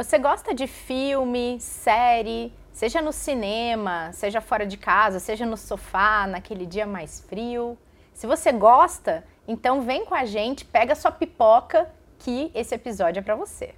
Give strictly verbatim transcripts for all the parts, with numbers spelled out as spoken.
Você gosta de filme, série, seja no cinema, seja fora de casa, seja no sofá, naquele dia mais frio? Se você gosta, então vem com a gente, pega sua pipoca, que esse episódio é para você.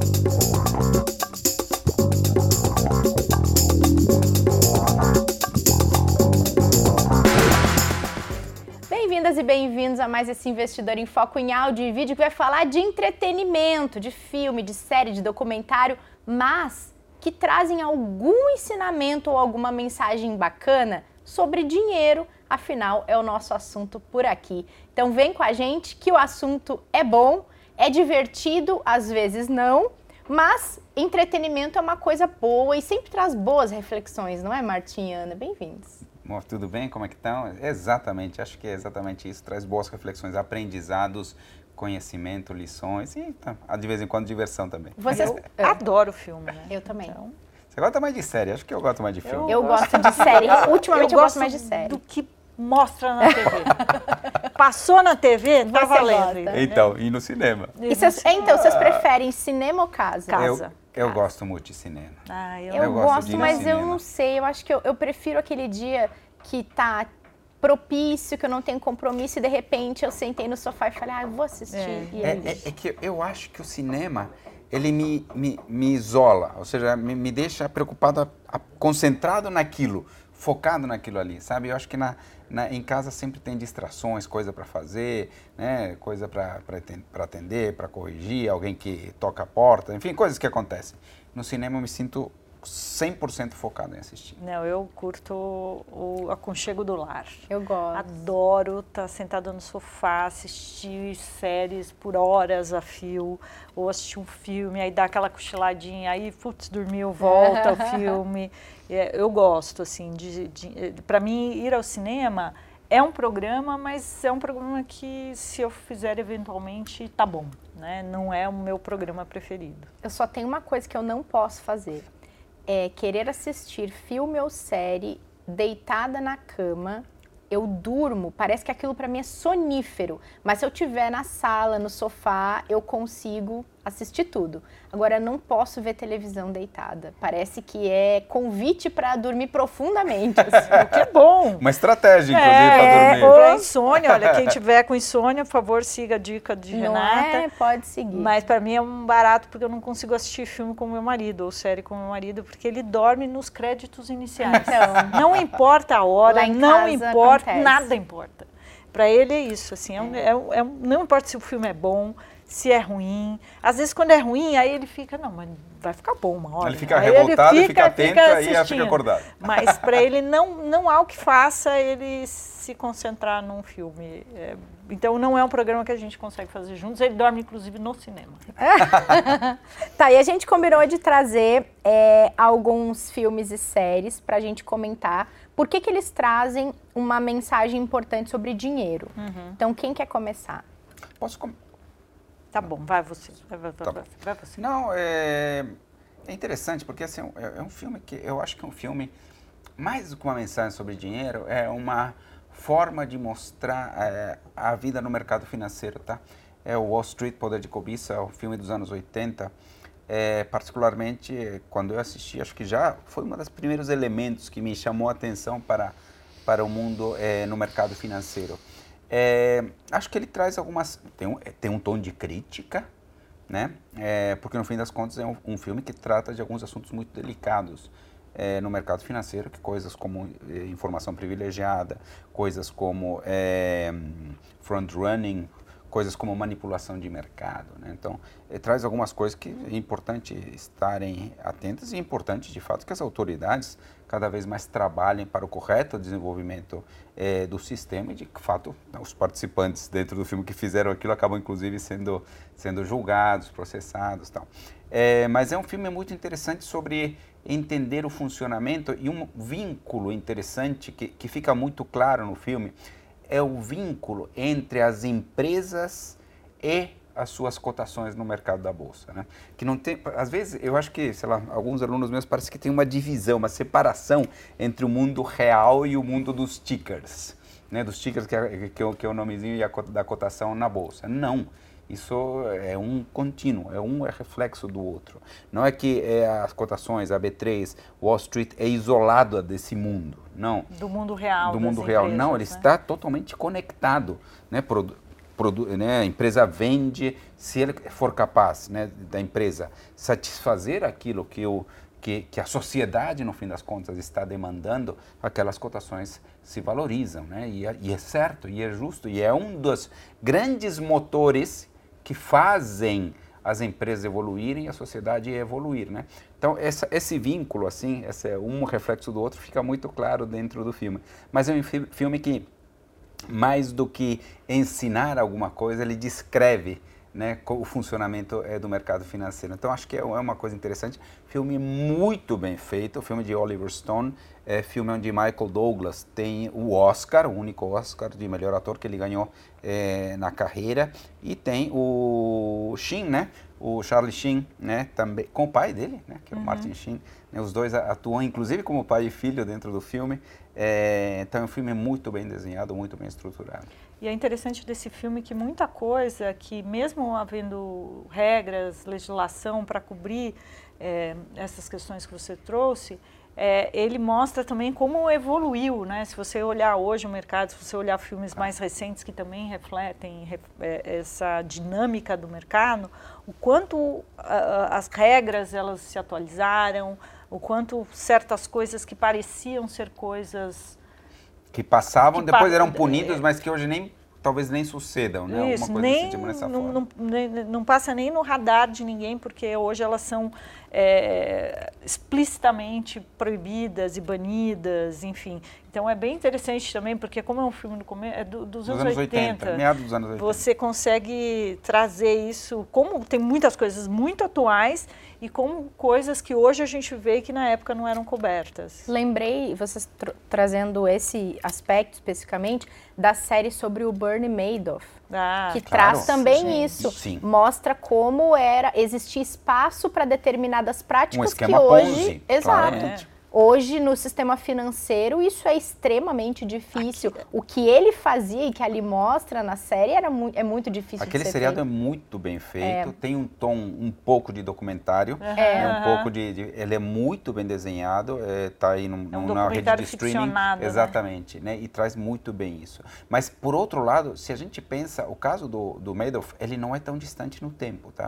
Bem-vindas e bem-vindos a mais esse Investidor em Foco em áudio e vídeo que vai falar de entretenimento, de filme, de série, de documentário, mas que trazem algum ensinamento ou alguma mensagem bacana sobre dinheiro, afinal é o nosso assunto por aqui. Então vem com a gente que o assunto é bom, é divertido, às vezes não, mas entretenimento é uma coisa boa e sempre traz boas reflexões, não é, Martim e Ana? Bem-vindos. Amor, tudo bem? Como é que estão? Exatamente, acho que é exatamente isso. Traz boas reflexões, aprendizados, conhecimento, lições e tá, de vez em quando diversão também. Você... Eu é. adoro filme, né? Eu também. Então... Você gosta mais de série? Acho que eu gosto mais de filme. Eu, eu gosto de série. Ultimamente eu, eu gosto mais de série. Do que mostra na T V. Passou na T V, tá valendo. Então, e no cinema? E e cês, então, vocês preferem cinema ou casa? Casa. Eu, eu gosto muito de cinema. Ah, eu eu gosto, gosto mas eu não sei. Eu acho que eu, eu prefiro aquele dia que tá propício, que eu não tenho compromisso e de repente eu sentei no sofá e falei, ah, eu vou assistir. É, e é, é, é que eu acho que o cinema, ele me, me, me isola, ou seja, me, me deixa preocupado, a, a, concentrado naquilo, focado naquilo ali, sabe? Eu acho que na, na, em casa sempre tem distrações, coisa para fazer, né? Coisa para atender, para corrigir, alguém que toca a porta, enfim, coisas que acontecem. No cinema eu me sinto cem por cento focado em assistir. Não, eu curto o aconchego do lar. Eu gosto. Adoro estar sentada no sofá, assistir séries por horas a fio, ou assistir um filme, aí dá aquela cochiladinha, aí, putz, dormiu, volta ao filme. Eu gosto, assim, de, de, para mim, ir ao cinema é um programa, mas é um programa que, se eu fizer eventualmente, tá bom, né? Não é o meu programa preferido. Eu só tenho uma coisa que eu não posso fazer. É querer assistir filme ou série deitada na cama, eu durmo, parece que aquilo para mim é sonífero, mas se eu estiver na sala, no sofá, eu consigo assistir tudo. Agora, eu não posso ver televisão deitada, parece que é convite para dormir profundamente. Assim. O que é bom. Uma estratégia, inclusive, é, para dormir. Ou insônia, olha, quem tiver com insônia, por favor, siga a dica de não Renata. É, pode seguir. Mas para mim é um barato, porque eu não consigo assistir filme com meu marido, ou série com meu marido, porque ele dorme nos créditos iniciais. Então, não importa a hora, não importa, acontece. Nada importa. Para ele é isso, assim, é um, é um, é um, não importa se o filme é bom, se é ruim. Às vezes, quando é ruim, aí ele fica, não, mas vai ficar bom uma hora. Ele fica aí revoltado, ele fica, fica atento, fica aí fica acordado. Mas para ele, não, não há o que faça ele se concentrar num filme. É, então, não é um programa que a gente consegue fazer juntos. Ele dorme, inclusive, no cinema. Tá, e a gente combinou de trazer é, alguns filmes e séries para a gente comentar. Por que que eles trazem uma mensagem importante sobre dinheiro? Uhum. Então, quem quer começar? Posso começar? Tá bom, vai você. Vai, vai, tá vai, vai você. Não, é, é interessante, porque assim, é, é um filme que eu acho que é um filme, mais do que uma mensagem sobre dinheiro, é uma forma de mostrar é, a vida no mercado financeiro, tá? É o Wall Street, Poder de Cobiça, o filme dos anos oitenta. É, particularmente, quando eu assisti, acho que já foi um dos primeiros elementos que me chamou a atenção para, para o mundo é, no mercado financeiro. É, acho que ele traz algumas... Tem um, tem um tom de crítica, né? É, porque no fim das contas é um, um filme que trata de alguns assuntos muito delicados é, no mercado financeiro, que coisas como é, informação privilegiada, coisas como é, front-running, coisas como manipulação de mercado, né? Então, é, traz algumas coisas que é importante estarem atentas e é importante, de fato, que as autoridades cada vez mais trabalhem para o correto desenvolvimento é, do sistema e, de fato, os participantes dentro do filme que fizeram aquilo acabam, inclusive, sendo, sendo julgados, processados e tal. É, mas é um filme muito interessante sobre entender o funcionamento e um vínculo interessante que, que fica muito claro no filme é o vínculo entre as empresas e as suas cotações no mercado da bolsa, né? Que não tem, às vezes, eu acho que, sei lá, alguns alunos meus parece que tem uma divisão, uma separação entre o mundo real e o mundo dos tickers, né? Dos tickers que é, que é, que é o nomezinho da cotação na bolsa. Não. Isso é um contínuo, é um é reflexo do outro. Não é que é as cotações, a B três, Wall Street é isolado desse mundo, não. Do mundo real. Do mundo das real, empresas, não, né? ele está totalmente conectado, né? Produ Produ né? A empresa vende, se ele for capaz, né, da empresa satisfazer aquilo que, o, que, que a sociedade, no fim das contas, está demandando, aquelas cotações se valorizam, né? E, é, e é certo, e é justo, e é um dos grandes motores que fazem as empresas evoluírem e a sociedade evoluir, né? Então, essa, esse vínculo, assim, esse é um reflexo do outro, fica muito claro dentro do filme. Mas é um fi filme que, mais do que ensinar alguma coisa, ele descreve, né, o funcionamento é, do mercado financeiro. Então, acho que é, é uma coisa interessante. Filme muito bem feito, filme de Oliver Stone, é filme onde Michael Douglas tem o Oscar, o único Oscar de melhor ator que ele ganhou é, na carreira, e tem o Sheen, né, o Charlie Sheen, né, também, com o pai dele, né, que é o uhum. Martin Sheen, né, os dois atuam, inclusive, como pai e filho dentro do filme. É, então é um filme muito bem desenhado, muito bem estruturado. E é interessante desse filme que muita coisa, que mesmo havendo regras, legislação para cobrir é, essas questões que você trouxe, é, ele mostra também como evoluiu, né? Se você olhar hoje o mercado, se você olhar filmes mais recentes que também refletem é, essa dinâmica do mercado, o quanto a, as regras elas se atualizaram, o quanto certas coisas que pareciam ser coisas... Que passavam, que depois pa eram punidos, mas que hoje nem, talvez nem sucedam, né? Isso, Alguma coisa nem, desse tipo, dessa não, forma. Não, não passa nem no radar de ninguém, porque hoje elas são é, explicitamente proibidas e banidas, enfim. Então é bem interessante também, porque como é um filme do começo, é do, dos, dos anos, anos oitenta, oitenta, meados dos anos oitenta. Você consegue trazer isso, como tem muitas coisas muito atuais e como coisas que hoje a gente vê que na época não eram cobertas. Lembrei, vocês tr trazendo esse aspecto especificamente, da série sobre o Bernie Madoff, ah, que claro. traz também Sim. isso. Sim. Mostra como era existia espaço para determinadas práticas um esquema que hoje... Ponzi, Exato. claramente. Hoje, no sistema financeiro, isso é extremamente difícil. Aqui, o que ele fazia e que ali mostra na série era mu é muito difícil Aquele de ser seriado feito. é muito bem feito, É. tem um tom um pouco de documentário, É. é um pouco de, de... Ele é muito bem desenhado, está aí num, é um numa rede de streaming. Né? Exatamente, né? E traz muito bem isso. Mas, por outro lado, se a gente pensa, o caso do, do Madoff, ele não é tão distante no tempo, tá?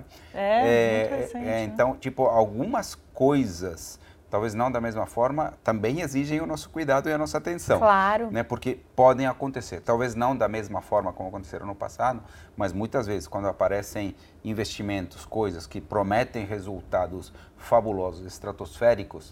É, muito recente, é, né? Então, tipo, algumas coisas... talvez não da mesma forma, também exigem o nosso cuidado e a nossa atenção. Claro. Né? Porque podem acontecer, talvez não da mesma forma como aconteceram no passado, mas muitas vezes quando aparecem investimentos, coisas que prometem resultados fabulosos, estratosféricos,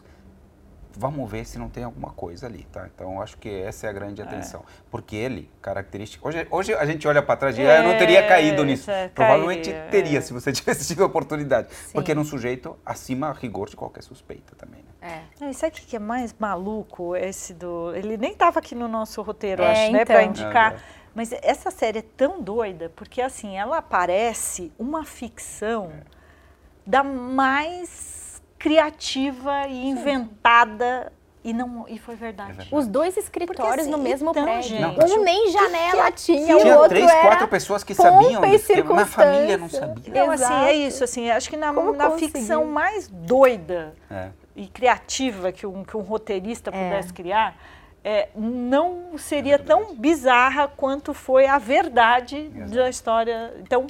vamos ver se não tem alguma coisa ali, tá? Então, acho que essa é a grande atenção. É. Porque ele, característica... Hoje, hoje a gente olha para trás e é, eu não teria caído nisso. É, Provavelmente cairia, teria, é. se você tivesse tido a oportunidade. Sim. Porque era um sujeito acima a rigor de qualquer suspeita também, né? É. E sabe o que é mais maluco? Esse do... Ele nem estava aqui no nosso roteiro, é, acho, então. né? Para indicar. É, Mas essa série é tão doida, porque assim, ela parece uma ficção é. da mais... criativa e inventada e não e foi verdade. É verdade. Os dois escritórios assim, no mesmo então, prédio. Gente, um nem janela que tinha, tinha o outro três, era quatro pessoas que sabiam disso, que na família não sabia. Não, assim, é isso, assim, acho que na, na ficção mais doida é. e criativa que um, que um roteirista é. pudesse criar, é, não seria é tão bizarra quanto foi a verdade Exato. da história. Então,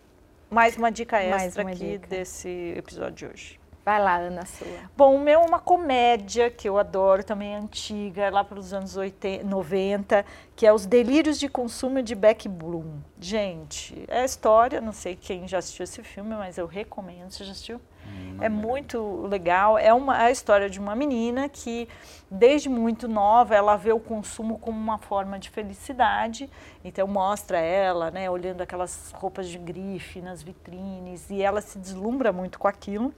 mais uma dica extra uma aqui dica. desse episódio de hoje. Vai lá, Ana, sua. Bom, o meu é uma comédia que eu adoro, também é antiga, lá pelos anos oitenta, noventa, que é Os Delírios de Consumo de Beck Bloom. Gente, é a história, não sei quem já assistiu esse filme, mas eu recomendo. Você já assistiu? Hum, é muito legal. É uma, a história de uma menina que, desde muito nova, ela vê o consumo como uma forma de felicidade. Então, mostra ela, né, olhando aquelas roupas de grife nas vitrines, e ela se deslumbra muito com aquilo.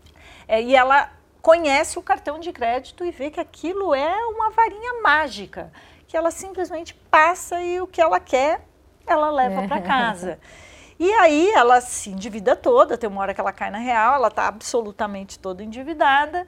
É, e ela conhece o cartão de crédito e vê que aquilo é uma varinha mágica, que ela simplesmente passa e o que ela quer, ela leva para casa. E aí ela se endivida toda, tem uma hora que ela cai na real, ela está absolutamente toda endividada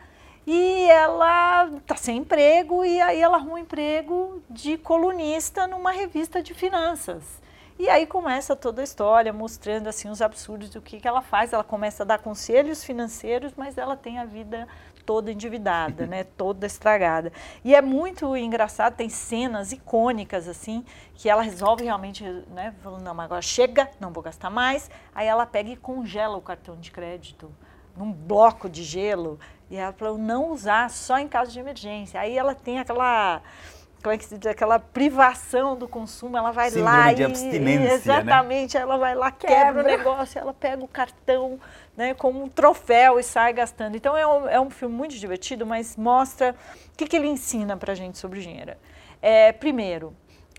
e ela está sem emprego e aí ela arruma um emprego de colunista numa revista de finanças. E aí começa toda a história mostrando assim os absurdos do que, que ela faz. Ela começa a dar conselhos financeiros, mas ela tem a vida toda endividada, né, toda estragada. E é muito engraçado, tem cenas icônicas assim, que ela resolve realmente, né, falando, não, mas agora chega, não vou gastar mais. Aí ela pega e congela o cartão de crédito num bloco de gelo, e ela falou não usar só em caso de emergência. Aí ela tem aquela... Como é que se diz? Aquela privação do consumo, ela vai Síndrome lá de e... abstinência, exatamente, né? ela vai lá, quebra, quebra o negócio, ela pega o cartão, né, como um troféu e sai gastando. Então é um, é um filme muito divertido, mas mostra o que, que ele ensina pra gente sobre dinheiro. É, primeiro,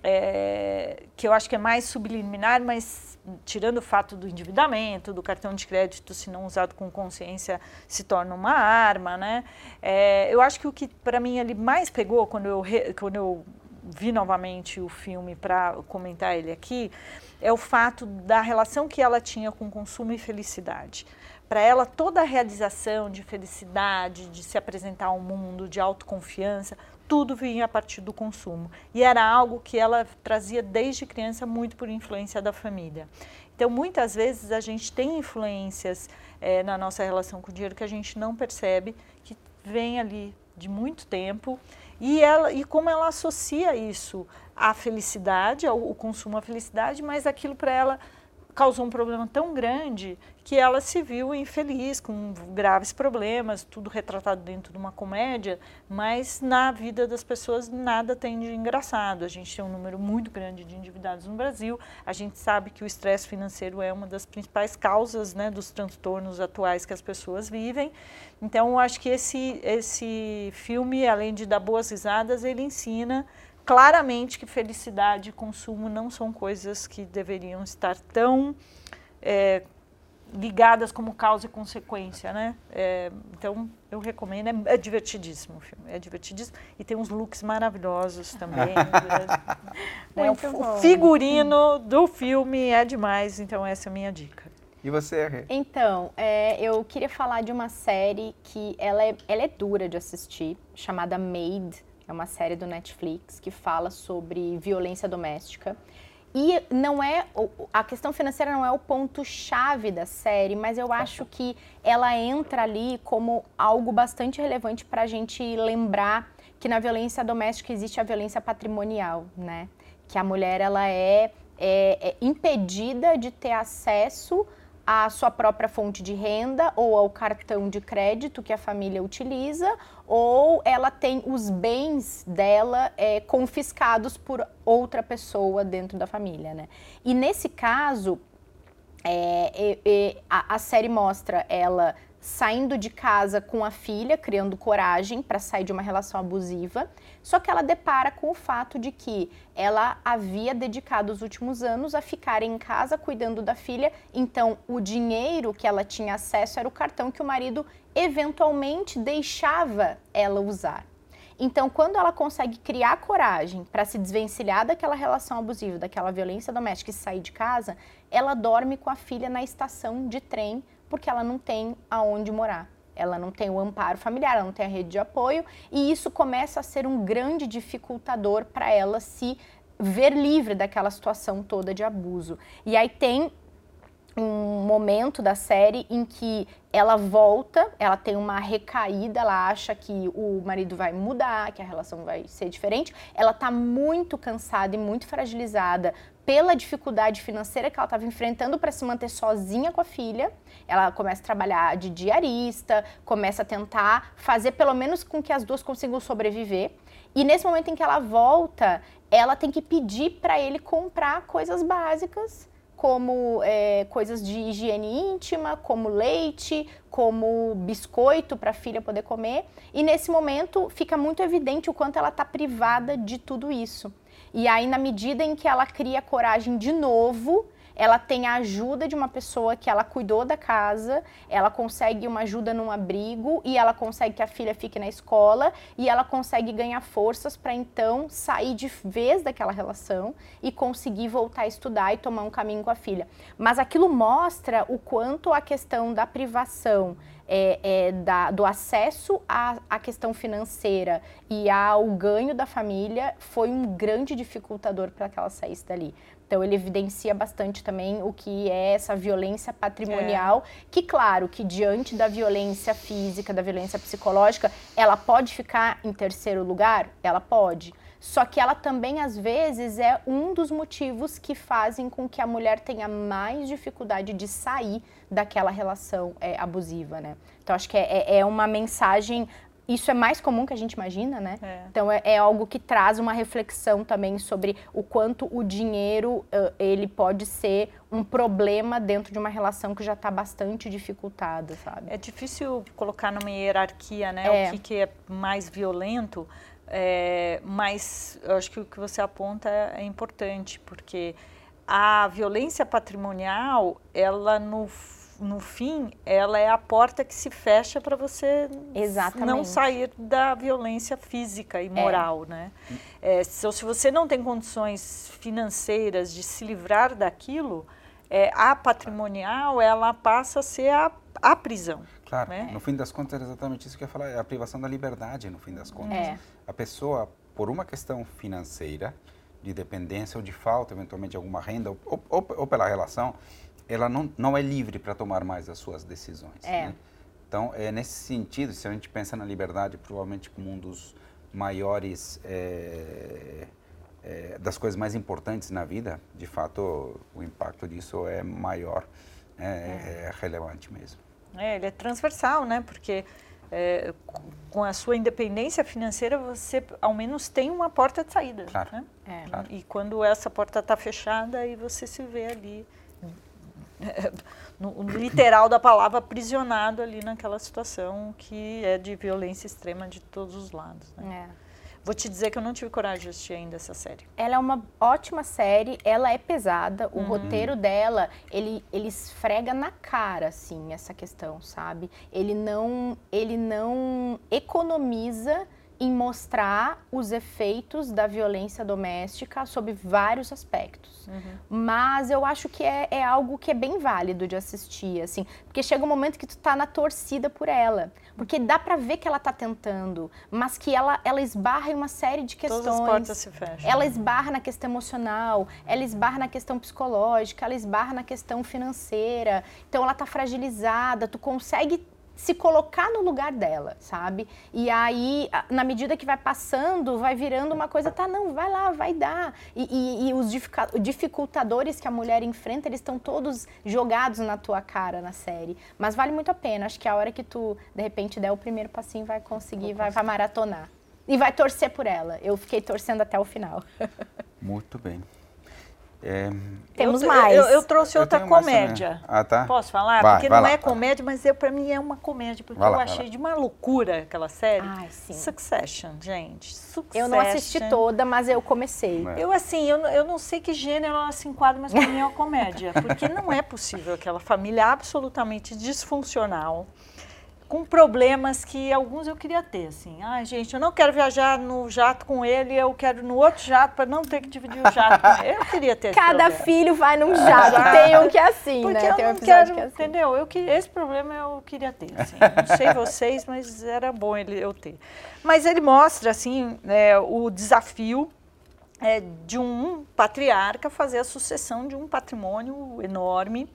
é, que eu acho que é mais subliminar, mas tirando o fato do endividamento, do cartão de crédito, se não usado com consciência, se torna uma arma, né? É, eu acho que o que para mim ele mais pegou quando eu, re, quando eu vi novamente o filme para comentar ele aqui, é o fato da relação que ela tinha com consumo e felicidade. Para ela, toda a realização de felicidade, de se apresentar ao mundo, de autoconfiança, tudo vinha a partir do consumo. E era algo que ela trazia desde criança muito por influência da família. Então, muitas vezes, a gente tem influências é, na nossa relação com o dinheiro que a gente não percebe, que vem ali de muito tempo. E, ela, e como ela associa isso à felicidade, ao, ao consumo à felicidade, mas aquilo para ela causou um problema tão grande que ela se viu infeliz, com graves problemas, tudo retratado dentro de uma comédia, mas na vida das pessoas nada tem de engraçado. A gente tem um número muito grande de endividados no Brasil, a gente sabe que o estresse financeiro é uma das principais causas, né, dos transtornos atuais que as pessoas vivem. Então, eu acho que esse, esse filme, além de dar boas risadas, ele ensina claramente que felicidade e consumo não são coisas que deveriam estar tão é, ligadas como causa e consequência, né? É, então, eu recomendo, é, é divertidíssimo o filme, é divertidíssimo e tem uns looks maravilhosos também. é, é, o, o figurino do filme é demais, então essa é a minha dica. E você, Rê? Então, é, eu queria falar de uma série que ela é, ela é dura de assistir, chamada Maid. É uma série do Netflix que fala sobre violência doméstica. E não é, a questão financeira não é o ponto-chave da série, mas eu acho que ela entra ali como algo bastante relevante para a gente lembrar que na violência doméstica existe a violência patrimonial, né? Que a mulher ela é, é, é impedida de ter acesso à sua própria fonte de renda ou ao cartão de crédito que a família utiliza, ou ela tem os bens dela é, confiscados por outra pessoa dentro da família, né? E nesse caso, é, é, é, a, a série mostra ela saindo de casa com a filha, criando coragem para sair de uma relação abusiva, só que ela depara com o fato de que ela havia dedicado os últimos anos a ficar em casa cuidando da filha, então o dinheiro que ela tinha acesso era o cartão que o marido eventualmente deixava ela usar. Então, quando ela consegue criar coragem para se desvencilhar daquela relação abusiva, daquela violência doméstica e sair de casa, ela dorme com a filha na estação de trem, porque ela não tem aonde morar. Ela não tem o amparo familiar, ela não tem a rede de apoio, e isso começa a ser um grande dificultador para ela se ver livre daquela situação toda de abuso. E aí tem um momento da série em que ela volta, ela tem uma recaída, ela acha que o marido vai mudar, que a relação vai ser diferente. Ela tá muito cansada e muito fragilizada pela dificuldade financeira que ela estava enfrentando para se manter sozinha com a filha. Ela começa a trabalhar de diarista, começa a tentar fazer pelo menos com que as duas consigam sobreviver. E nesse momento em que ela volta, ela tem que pedir para ele comprar coisas básicas, como é, coisas de higiene íntima, como leite, como biscoito para a filha poder comer. E nesse momento fica muito evidente o quanto ela está privada de tudo isso. E aí, na medida em que ela cria coragem de novo, ela tem a ajuda de uma pessoa que ela cuidou da casa, ela consegue uma ajuda num abrigo e ela consegue que a filha fique na escola e ela consegue ganhar forças para então sair de vez daquela relação e conseguir voltar a estudar e tomar um caminho com a filha. Mas aquilo mostra o quanto a questão da privação, É, é, da, do acesso à, à questão financeira e ao ganho da família foi um grande dificultador para que ela saísse dali. Então ele evidencia bastante também o que é essa violência patrimonial, é. que claro, que diante da violência física, da violência psicológica, ela pode ficar em terceiro lugar? Ela pode. Só que ela também, às vezes, é um dos motivos que fazem com que a mulher tenha mais dificuldade de sair daquela relação é, abusiva, né? Então, acho que é, é uma mensagem... Isso é mais comum que a gente imagina, né? É. Então, é, é algo que traz uma reflexão também sobre o quanto o dinheiro, uh, ele pode ser um problema dentro de uma relação que já está bastante dificultada, sabe? É difícil colocar numa hierarquia, né? É. O que, que é mais violento... É, mas eu acho que o que você aponta é, é importante, porque a violência patrimonial, ela no, no fim, ela é a porta que se fecha para você Exatamente. Não sair da violência física e moral, é. Né? É, se, se você não tem condições financeiras de se livrar daquilo, é, a patrimonial, ela passa a ser a, a prisão. Claro, né? No fim das contas é exatamente isso que eu ia falar, é a privação da liberdade, no fim das contas. É. A pessoa, por uma questão financeira, de dependência ou de falta, eventualmente, de alguma renda, ou, ou, ou pela relação, ela não, não é livre para tomar mais as suas decisões. É. Né? Então, é nesse sentido, se a gente pensa na liberdade, provavelmente como um dos maiores, é, é, das coisas mais importantes na vida, de fato, o impacto disso é maior, é, é. é relevante mesmo. É, ele é transversal, né? Porque é, com a sua independência financeira, você ao menos tem uma porta de saída. Claro, né? é. claro. E quando essa porta está fechada, aí você se vê ali, no, no literal da palavra, aprisionado ali naquela situação que é de violência extrema de todos os lados. Né? É. Vou te dizer que eu não tive coragem de assistir ainda essa série. Ela é uma ótima série, ela é pesada, o Uhum. roteiro dela, ele, ele esfrega na cara, assim, essa questão, sabe? Ele não, ele não economiza em mostrar os efeitos da violência doméstica sob vários aspectos. Uhum. Mas eu acho que é, é algo que é bem válido de assistir, assim, porque chega um momento que tu tá na torcida por ela, porque dá pra ver que ela tá tentando, mas que ela, ela esbarra em uma série de questões. Todas as portas se fecham. Ela esbarra na questão emocional, ela esbarra na questão psicológica, ela esbarra na questão financeira, então ela tá fragilizada, tu consegue se colocar no lugar dela, sabe? E aí, na medida que vai passando, vai virando uma coisa, tá, não, vai lá, vai dar. E, e, e os dificultadores que a mulher enfrenta, eles estão todos jogados na tua cara na série. Mas vale muito a pena, acho que a hora que tu, de repente, der o primeiro passinho, vai conseguir, vai, vai maratonar. E vai torcer por ela. Eu fiquei torcendo até o final. Muito bem. É... Temos eu, mais. Eu, eu trouxe eu outra comédia. Ah, tá? Posso falar? Vai, porque vai não lá, é comédia, mas eu, pra mim é uma comédia, porque vai eu lá, achei de uma loucura aquela série. Ai, sim. Succession, gente. Succession. Eu não assisti toda, mas eu comecei. É. Eu, assim, eu, eu não sei que gênero ela se enquadra, mas pra mim é uma comédia. Porque não é possível aquela família absolutamente disfuncional, com problemas que alguns eu queria ter, assim. Ai, gente, eu não quero viajar no jato com ele, eu quero no outro jato para não ter que dividir o jato com ele. Eu queria ter esse Cada problema. filho vai num jato, tem um que é assim, Porque né? eu Tem um não episódio quero, que é assim. entendeu? Eu, que- esse problema eu queria ter, assim. Não sei vocês, mas era bom ele, eu ter. Mas ele mostra, assim, é, o desafio é, de um patriarca fazer a sucessão de um patrimônio enorme.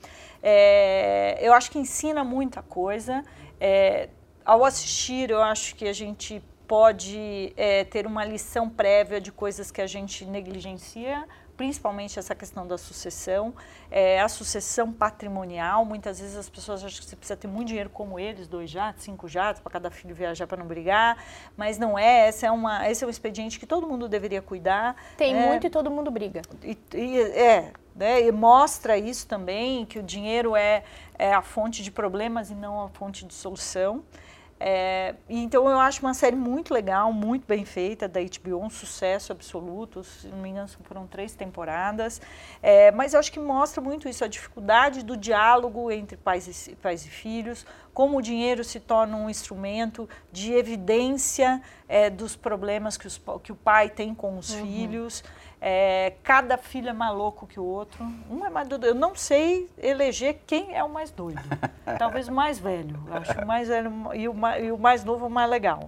É, eu acho que ensina muita coisa. É, ao assistir, eu acho que a gente pode é, ter uma lição prévia de coisas que a gente negligencia, principalmente essa questão da sucessão, é, a sucessão patrimonial. Muitas vezes as pessoas acham que você precisa ter muito dinheiro como eles, dois jatos, cinco jatos, para cada filho viajar para não brigar, mas não é. Essa é uma, esse é um expediente que todo mundo deveria cuidar. Tem é, muito e todo mundo briga. e, e, é, né, e mostra isso também, que o dinheiro é, é a fonte de problemas e não a fonte de solução. É, então eu acho uma série muito legal, muito bem feita, da H B O, um sucesso absoluto, se não me engano foram três temporadas, é, mas eu acho que mostra muito isso, a dificuldade do diálogo entre pais e, pais e filhos, como o dinheiro se torna um instrumento de evidência é, dos problemas que, os, que o pai tem com os uhum. filhos. É, cada filho é mais louco que o outro. Um é mais doido. Eu não sei eleger quem é o mais doido. Talvez o mais velho. Acho o mais velho e o mais, e o mais novo o mais legal.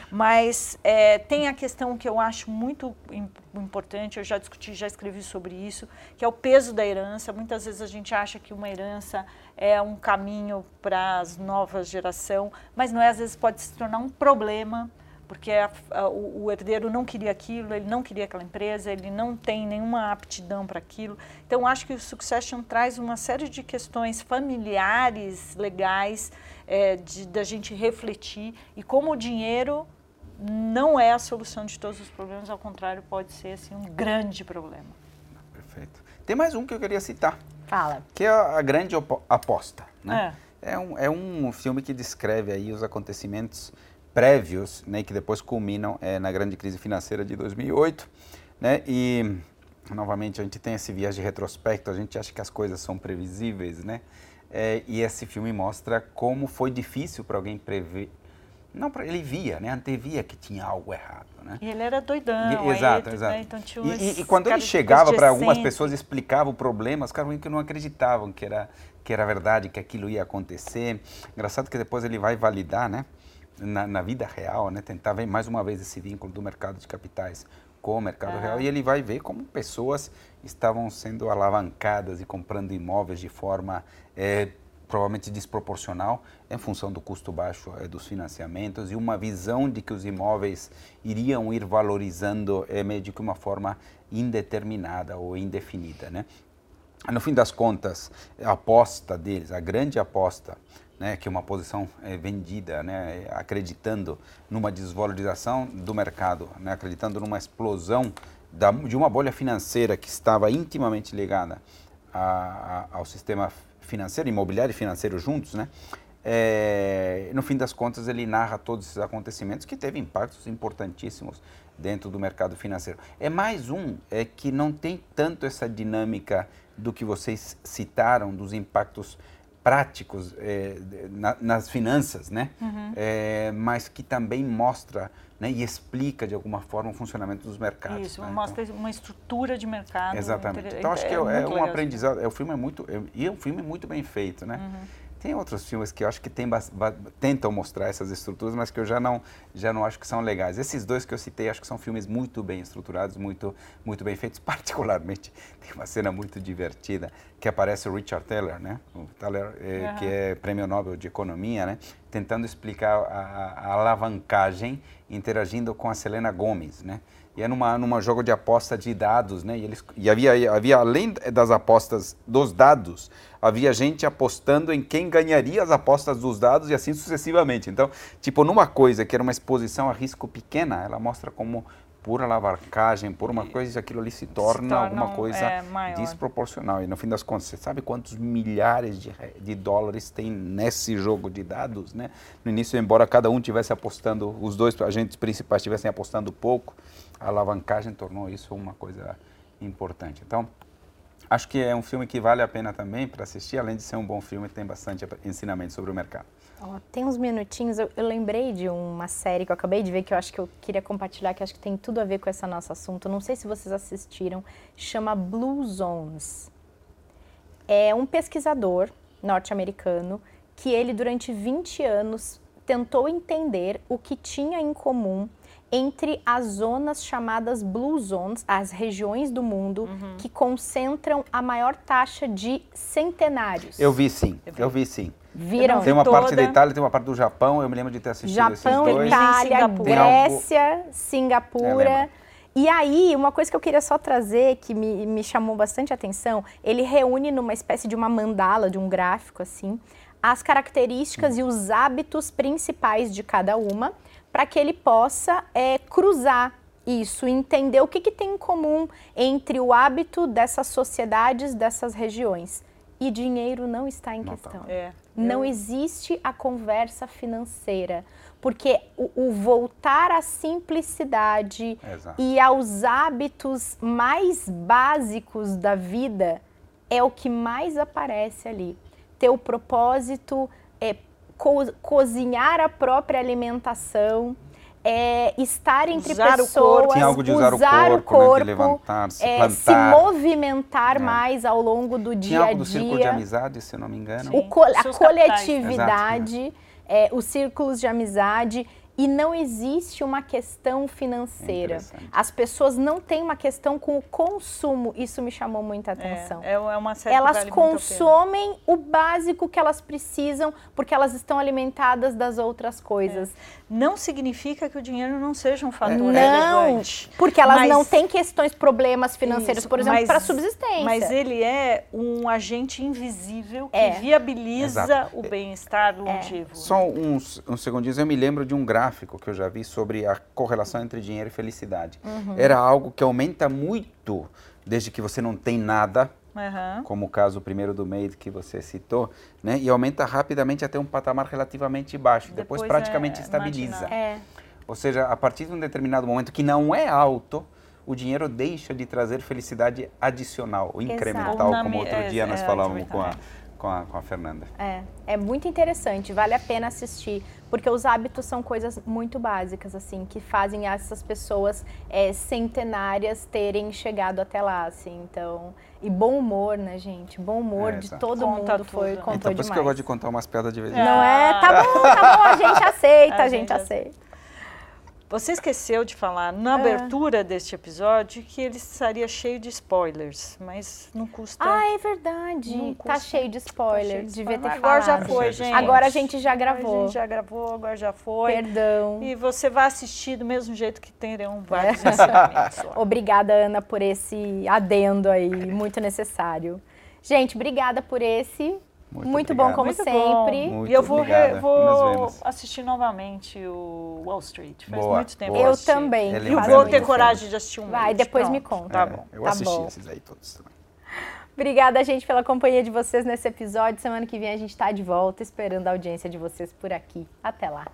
Mas é, tem a questão que eu acho muito importante, eu já discuti, já escrevi sobre isso, que é o peso da herança. Muitas vezes a gente acha que uma herança é um caminho para as novas gerações, mas não é, às vezes pode se tornar um problema, porque a, a, o, o herdeiro não queria aquilo, ele não queria aquela empresa, ele não tem nenhuma aptidão para aquilo. Então, acho que o Succession traz uma série de questões familiares, legais, é, de, da gente refletir, e como o dinheiro não é a solução de todos os problemas, ao contrário, pode ser assim, um grande problema. Perfeito. Tem mais um que eu queria citar. Fala. Que é a Grande Aposta. Né? É. É, um, é um filme que descreve aí os acontecimentos prévios, né, que depois culminam é, na grande crise financeira de dois mil e oito, né, e novamente a gente tem esse viés de retrospecto, a gente acha que as coisas são previsíveis, né, é, e esse filme mostra como foi difícil para alguém prever, não, pra, ele via, né, antevia que tinha algo errado, né. E ele era doidão. E, exato, aí, exato. Né, então tinha e, e, e quando ele chegava para algumas pessoas, explicava o problema, os caras que não acreditavam que era, que era verdade, que aquilo ia acontecer. Engraçado que depois ele vai validar, né, Na, na vida real, né, tentar ver mais uma vez esse vínculo do mercado de capitais com o mercado uhum. real, e ele vai ver como pessoas estavam sendo alavancadas e comprando imóveis de forma é, provavelmente desproporcional em função do custo baixo é, dos financiamentos, e uma visão de que os imóveis iriam ir valorizando é, meio de que uma forma indeterminada ou indefinida, né? No fim das contas, a aposta deles, a grande aposta, né, que é uma posição é, vendida, né, acreditando numa desvalorização do mercado, né, acreditando numa explosão da, de uma bolha financeira que estava intimamente ligada a, a, ao sistema financeiro, imobiliário e financeiro juntos, né, é, no fim das contas ele narra todos esses acontecimentos que teve impactos importantíssimos dentro do mercado financeiro. É mais um é, que não tem tanto essa dinâmica do que vocês citaram, dos impactos práticos é, na, nas finanças, né? Uhum. É, mas que também mostra, né, e explica de alguma forma o funcionamento dos mercados. Isso, né? mostra então, uma estrutura de mercado. Exatamente. Inter... Então acho que é, é, é um aprendizado. É, o filme é muito é, e é um filme muito bem feito, né? Uhum. Tem outros filmes que eu acho que tem, tentam mostrar essas estruturas, mas que eu já não, já não acho que são legais. Esses dois que eu citei, acho que são filmes muito bem estruturados, muito, muito bem feitos. Particularmente, tem uma cena muito divertida que aparece o Richard Thaler, né? O Thaler, é, uhum. que é Prêmio Nobel de Economia, né? Tentando explicar a, a alavancagem interagindo com a Selena Gomez, né? E é numa, numa jogo de aposta de dados, né? E, eles, e havia, havia, além das apostas dos dados, havia gente apostando em quem ganharia as apostas dos dados e assim sucessivamente. Então, tipo, numa coisa que era uma exposição a risco pequena, ela mostra como por alavancagem, por uma coisa, aquilo ali se torna, se torna alguma coisa é, desproporcional. E no fim das contas, você sabe quantos milhares de, de dólares tem nesse jogo de dados, né? No início, embora cada um tivesse apostando, os dois agentes principais estivessem apostando pouco, a alavancagem tornou isso uma coisa importante. Então, acho que é um filme que vale a pena também para assistir, além de ser um bom filme, tem bastante ensinamento sobre o mercado. Oh, tem uns minutinhos, eu, eu lembrei de uma série que eu acabei de ver, que eu acho que eu queria compartilhar, que acho que tem tudo a ver com esse nosso assunto. Não sei se vocês assistiram, chama Blue Zones. É um pesquisador norte-americano que ele, durante vinte anos, tentou entender o que tinha em comum entre as zonas chamadas Blue Zones, as regiões do mundo uhum. que concentram a maior taxa de centenários. Eu vi sim, eu vi, eu vi sim. Viram? Tem uma toda. parte da Itália, tem uma parte do Japão, eu me lembro de ter assistido Japão, esses dois. Itália, Singapura. Grécia, algo... Singapura. É, e aí, uma coisa que eu queria só trazer, que me, me chamou bastante atenção, ele reúne numa espécie de uma mandala, de um gráfico assim, as características hum. e os hábitos principais de cada uma, para que ele possa é, cruzar isso, entender o que, que tem em comum entre o hábito dessas sociedades, dessas regiões. E dinheiro não está em não questão. Tá. É. Não Eu... existe a conversa financeira, porque o, o voltar à simplicidade Exato. E aos hábitos mais básicos da vida é o que mais aparece ali. Ter o propósito, é, co cozinhar a própria alimentação, é, estar entre usar pessoas, o corpo. Tem algo de usar, usar o o corpo, corpo, né, de levantar, se é, plantar. se movimentar É. mais ao longo do Tinha dia a dia. algo do círculo de amizade, se eu não me engano. O co a Seus coletividade, Exato, é, os círculos de amizade e não existe uma questão financeira. É As pessoas não têm uma questão com o consumo, isso me chamou muita atenção. É, é uma série elas que vale muito a consomem o básico que elas precisam, porque elas estão alimentadas das outras coisas. É. Não significa que o dinheiro não seja um fator não, relevante. Porque elas mas, não têm questões, problemas financeiros, isso, por exemplo, para mas, subsistência. Mas ele é um agente invisível que É. viabiliza Exato. o bem-estar longevo. Só uns, uns segundinhos, eu me lembro de um gráfico que eu já vi sobre a correlação entre dinheiro e felicidade. Uhum. Era algo que aumenta muito desde que você não tem nada, Uhum. como o caso primeiro do Made que você citou, né? E aumenta rapidamente até um patamar relativamente baixo. Depois, Depois praticamente é estabiliza. marginal. É. Ou seja, a partir de um determinado momento que não é alto, o dinheiro deixa de trazer felicidade adicional, ou incremental, Ou na como me- outro é, dia nós é, falávamos é, com a, com, a, com a Fernanda. É, é muito interessante, vale a pena assistir, porque os hábitos são coisas muito básicas, assim, que fazem essas pessoas é, centenárias terem chegado até lá, assim, então... E bom humor, né, gente? Bom humor É, de tá. todo Conta mundo foi, tudo. contou Então, por isso demais. que eu gosto de contar umas piadas de vez em É. quando. Não é? Tá bom, tá bom, a gente aceita, a, A gente gente aceita. Você esqueceu de falar na abertura deste episódio que ele estaria cheio de spoilers, mas não custa. Ah, é verdade. Não Tá custa. cheio de spoiler, Tá cheio de devia spoiler. ter Agora falado. já foi, Cheio de gente. spoiler. Agora a gente já A gravou. gente já gravou, agora já foi. Perdão. E você vai assistir do mesmo jeito que terão vários ensinamentos lá. Obrigada, Ana, por esse adendo aí, muito necessário. Gente, obrigada por esse. Muito Muito, bom, obrigado. como Muito sempre. bom. Muito E eu vou, obrigada. re- Nos vou vemos. assistir novamente o Wall Street. Faz Boa, muito tempo boa. que eu Eu assisti. também. Ele E eu um vou belo ter filme. coragem de assistir um Vai, deles. depois me Pronto. conta. Tá É, bom. eu tá assisti bom. esses aí todos também. Obrigada, gente, pela companhia de vocês nesse episódio. Semana que vem a gente tá de volta, esperando a audiência de vocês por aqui. Até lá.